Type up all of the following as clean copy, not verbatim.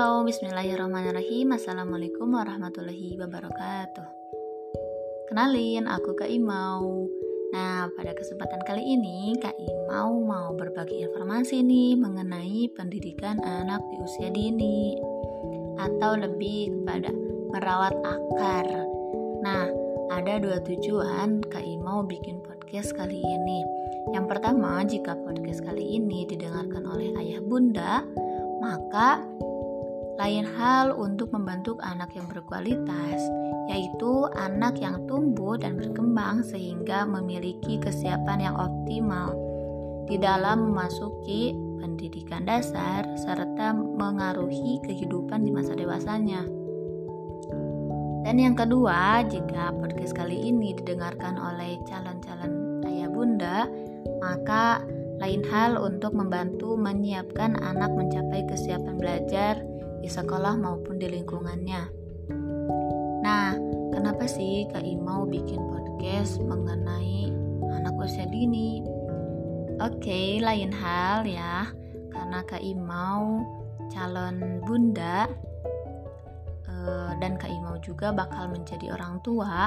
Halo, bismillahirrahmanirrahim. Assalamualaikum warahmatullahi wabarakatuh. Kenalin, aku Kak Imau. Nah, pada kesempatan kali ini Kak Imau mau berbagi informasi nih mengenai pendidikan anak di usia dini, atau lebih kepada merawat akar. Nah, ada 2 tujuan Kak Imau bikin podcast kali ini. Yang pertama, jika podcast kali ini didengarkan oleh ayah bunda, maka lain hal untuk membentuk anak yang berkualitas, yaitu anak yang tumbuh dan berkembang sehingga memiliki kesiapan yang optimal di dalam memasuki pendidikan dasar serta mengaruhi kehidupan di masa dewasanya. Dan yang kedua, jika podcast kali ini didengarkan oleh calon-calon ayah bunda, maka lain hal untuk membantu menyiapkan anak mencapai kesiapan belajar di sekolah maupun di lingkungannya. Nah, kenapa sih Kak Imau bikin podcast mengenai anak usia dini? Oke, lain hal ya, karena Kak Imau calon bunda dan Kak Imau juga bakal menjadi orang tua.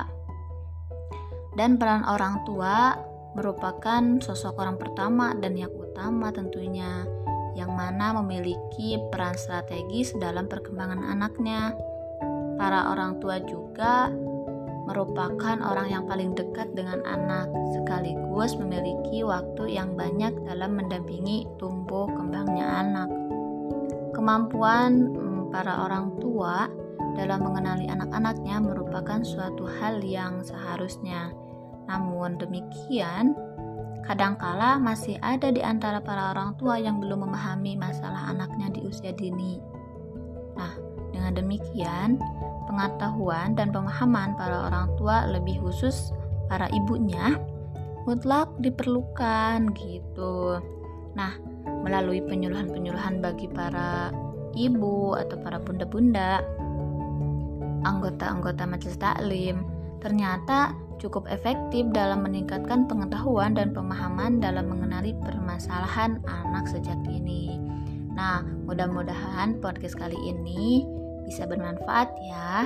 Dan peran orang tua merupakan sosok orang pertama dan yang utama tentunya, yang mana memiliki peran strategis dalam perkembangan anaknya. Para orang tua juga merupakan orang yang paling dekat dengan anak, sekaligus memiliki waktu yang banyak dalam mendampingi tumbuh kembangnya anak. Kemampuan para orang tua dalam mengenali anak-anaknya merupakan suatu hal yang seharusnya. Namun demikian, kadangkala masih ada di antara para orang tua yang belum memahami masalah anaknya di usia dini. Nah, dengan demikian, pengetahuan dan pemahaman para orang tua, lebih khusus para ibunya, mutlak diperlukan gitu. Nah, melalui penyuluhan-penyuluhan bagi para ibu atau para bunda-bunda, anggota-anggota majelis taklim, ternyata cukup efektif dalam meningkatkan pengetahuan dan pemahaman dalam mengenali permasalahan anak sejak dini. Nah, mudah-mudahan podcast kali ini bisa bermanfaat ya.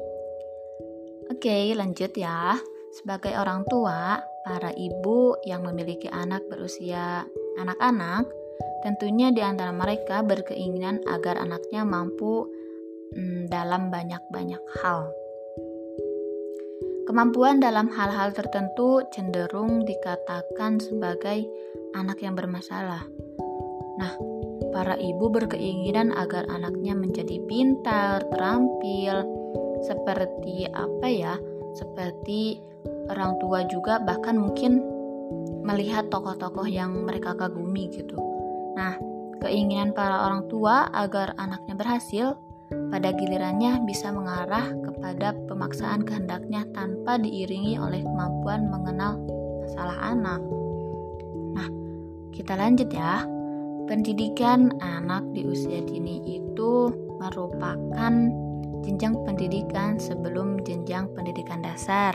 Oke, lanjut ya. Sebagai orang tua, para ibu yang memiliki anak berusia anak-anak, tentunya di antara mereka berkeinginan agar anaknya mampu dalam banyak-banyak hal. Kemampuan dalam hal-hal tertentu cenderung dikatakan sebagai anak yang bermasalah. Nah, para ibu berkeinginan agar anaknya menjadi pintar, terampil, seperti seperti orang tua juga, bahkan mungkin melihat tokoh-tokoh yang mereka kagumi gitu. Nah, keinginan para orang tua agar anaknya berhasil pada gilirannya bisa mengarah kepada pemaksaan kehendaknya tanpa diiringi oleh kemampuan mengenal masalah anak. Nah, kita lanjut ya. Pendidikan anak di usia dini itu merupakan jenjang pendidikan sebelum jenjang pendidikan dasar,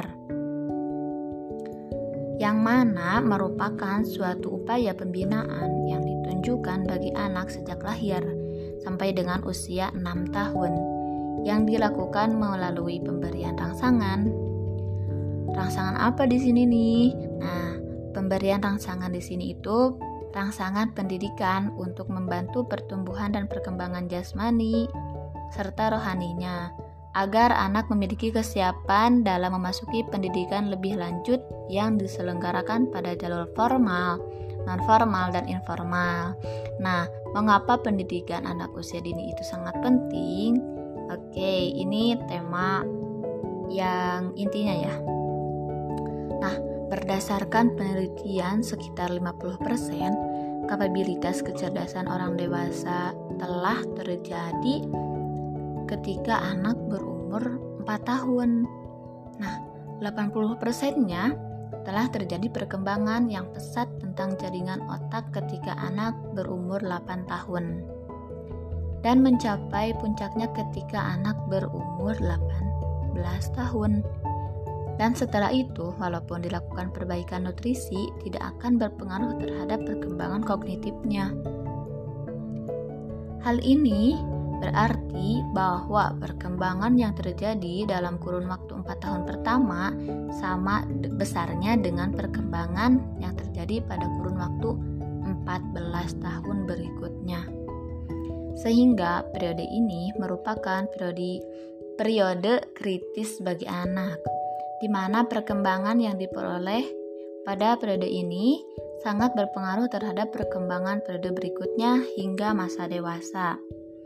yang mana merupakan suatu upaya pembinaan yang ditunjukkan bagi anak sejak lahir sampai dengan usia 6 tahun, yang dilakukan melalui pemberian rangsangan. Rangsangan apa di sini nih? Nah, pemberian rangsangan di sini itu rangsangan pendidikan untuk membantu pertumbuhan dan perkembangan jasmani serta rohaninya, agar anak memiliki kesiapan dalam memasuki pendidikan lebih lanjut yang diselenggarakan pada jalur formal, non-formal, dan informal. Nah, mengapa pendidikan anak usia dini itu sangat penting? Oke, ini tema yang intinya ya. Nah, berdasarkan penelitian, sekitar 50% kapabilitas kecerdasan orang dewasa telah terjadi ketika anak berumur 4 tahun. Nah, 80%-nya telah terjadi perkembangan yang pesat tentang jaringan otak ketika anak berumur 8 tahun. Dan mencapai puncaknya ketika anak berumur 18 tahun. Dan setelah itu, walaupun dilakukan perbaikan nutrisi, tidak akan berpengaruh terhadap perkembangan kognitifnya. Hal ini Berarti bahwa perkembangan yang terjadi dalam kurun waktu 4 tahun pertama sama besarnya dengan perkembangan yang terjadi pada kurun waktu 14 tahun berikutnya. Sehingga periode ini merupakan periode kritis bagi anak, di mana perkembangan yang diperoleh pada periode ini sangat berpengaruh terhadap perkembangan periode berikutnya hingga masa dewasa.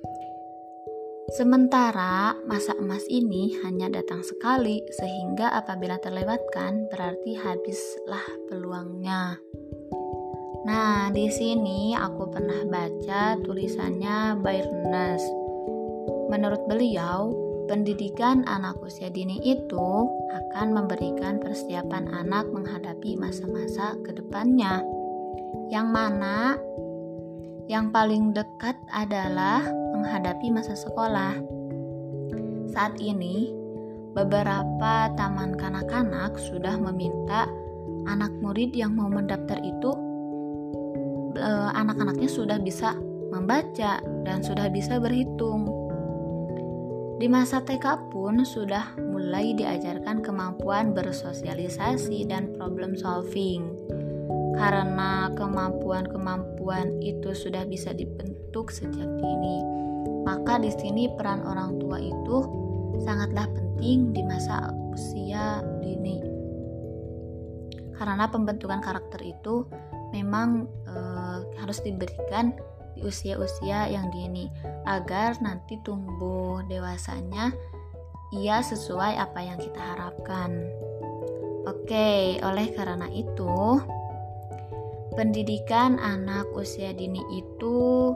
Sementara masa emas ini hanya datang sekali, sehingga apabila terlewatkan berarti habislah peluangnya. Nah, di sini aku pernah baca tulisannya Barnes. Menurut beliau, pendidikan anak usia dini itu akan memberikan persiapan anak menghadapi masa-masa ke depannya, yang mana yang paling dekat adalah menghadapi masa sekolah. Saat ini, beberapa taman kanak-kanak sudah meminta anak murid yang mau mendaftar itu, anak-anaknya sudah bisa membaca dan sudah bisa berhitung. Di masa TK pun sudah mulai diajarkan kemampuan bersosialisasi dan problem solving. Karena kemampuan-kemampuan itu sudah bisa dibentuk sejak dini, maka di sini peran orang tua itu sangatlah penting di masa usia dini. Karena pembentukan karakter itu memang harus diberikan di usia-usia yang dini agar nanti tumbuh dewasanya ia sesuai apa yang kita harapkan. Oke, oleh karena itu pendidikan anak usia dini itu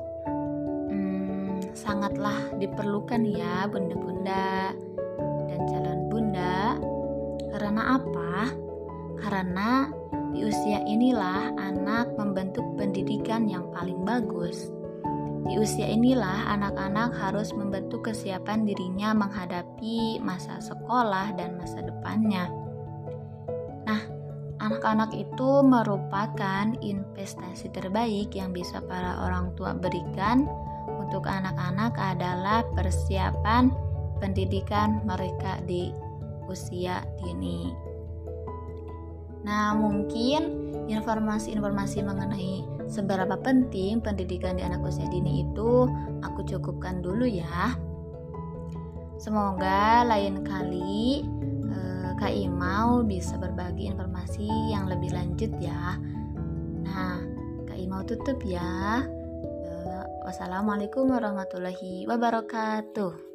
sangatlah diperlukan ya bunda-bunda dan calon bunda. Karena apa? Karena di usia inilah anak membentuk pendidikan yang paling bagus. Di usia inilah anak-anak harus membentuk kesiapan dirinya menghadapi masa sekolah dan masa depannya. Nah, anak-anak itu merupakan investasi terbaik yang bisa para orang tua berikan untuk anak-anak adalah persiapan pendidikan mereka di usia dini. Nah, mungkin informasi-informasi mengenai seberapa penting pendidikan di anak usia dini itu aku cukupkan dulu ya. Semoga lain kali Kak Imau bisa berbagi informasi yang lebih lanjut ya. Nah, Kak Imau tutup ya. Wassalamualaikum warahmatullahi wabarakatuh.